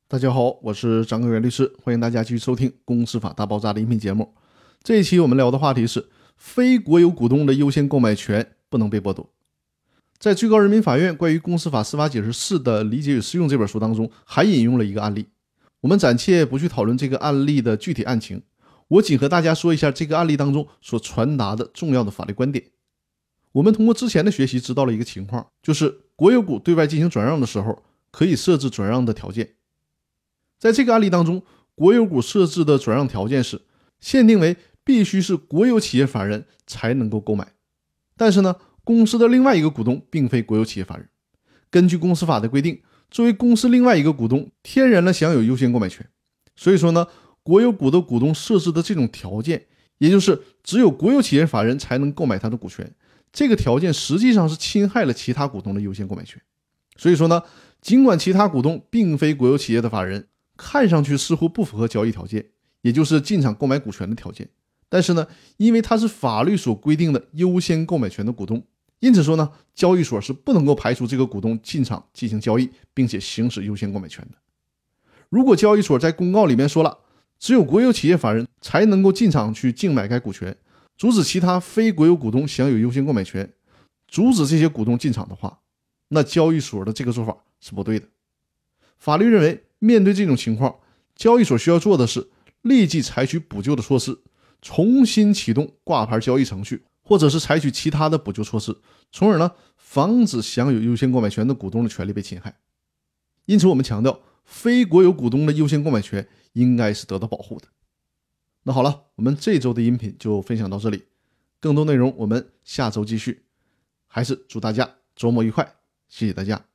大家好，我是张根源律师，欢迎大家继续收听《公司法大爆炸》的音频节目。这一期我们聊的话题是非国有股东的优先购买权不能被剥夺。在最高人民法院关于公司法司法解释4的理解与适用这本书当中，还引用了一个案例。我们暂且不去讨论这个案例的具体案情，我仅和大家说一下这个案例当中所传达的重要的法律观点。我们通过之前的学习知道了一个情况，就是国有股对外进行转让的时候，可以设置转让的条件。在这个案例当中，国有股设置的转让条件是限定为必须是国有企业法人才能够购买。但是呢，公司的另外一个股东并非国有企业法人。根据公司法的规定，作为公司另外一个股东，天然的享有优先购买权。所以说呢，国有股的股东设置的这种条件，也就是只有国有企业法人才能购买他的股权，这个条件实际上是侵害了其他股东的优先购买权。所以说呢，尽管其他股东并非国有企业的法人，看上去似乎不符合交易条件，也就是进场购买股权的条件，但是呢，因为它是法律所规定的优先购买权的股东，因此说呢，交易所是不能够排除这个股东进场进行交易，并且行使优先购买权的。如果交易所在公告里面说了，只有国有企业法人才能够进场去竞买该股权，阻止其他非国有股东享有优先购买权，阻止这些股东进场的话，那交易所的这个做法是不对的。法律认为，面对这种情况，交易所需要做的是立即采取补救的措施，重新启动挂牌交易程序，或者是采取其他的补救措施，从而呢防止享有优先购买权的股东的权利被侵害。因此我们强调，非国有股东的优先购买权应该是得到保护的。那好了，我们这周的音频就分享到这里，更多内容我们下周继续。还是祝大家周末愉快，谢谢大家。